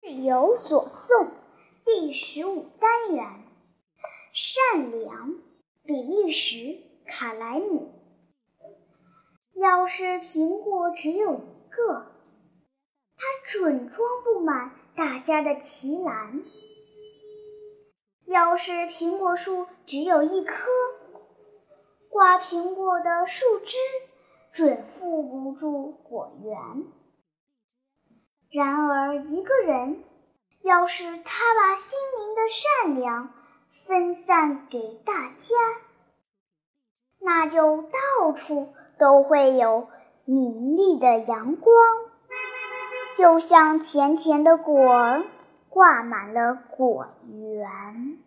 日有所诵第15单元善良比利时卡莱姆。要是苹果只有一个，它准装不满大家的提篮；要是苹果树只有一棵，挂苹果的树枝准覆不住果园。然而一个人，要是他把心灵的善良分散给大家，那就到处都会有明丽的阳光，就像甜甜的果儿挂满了果园。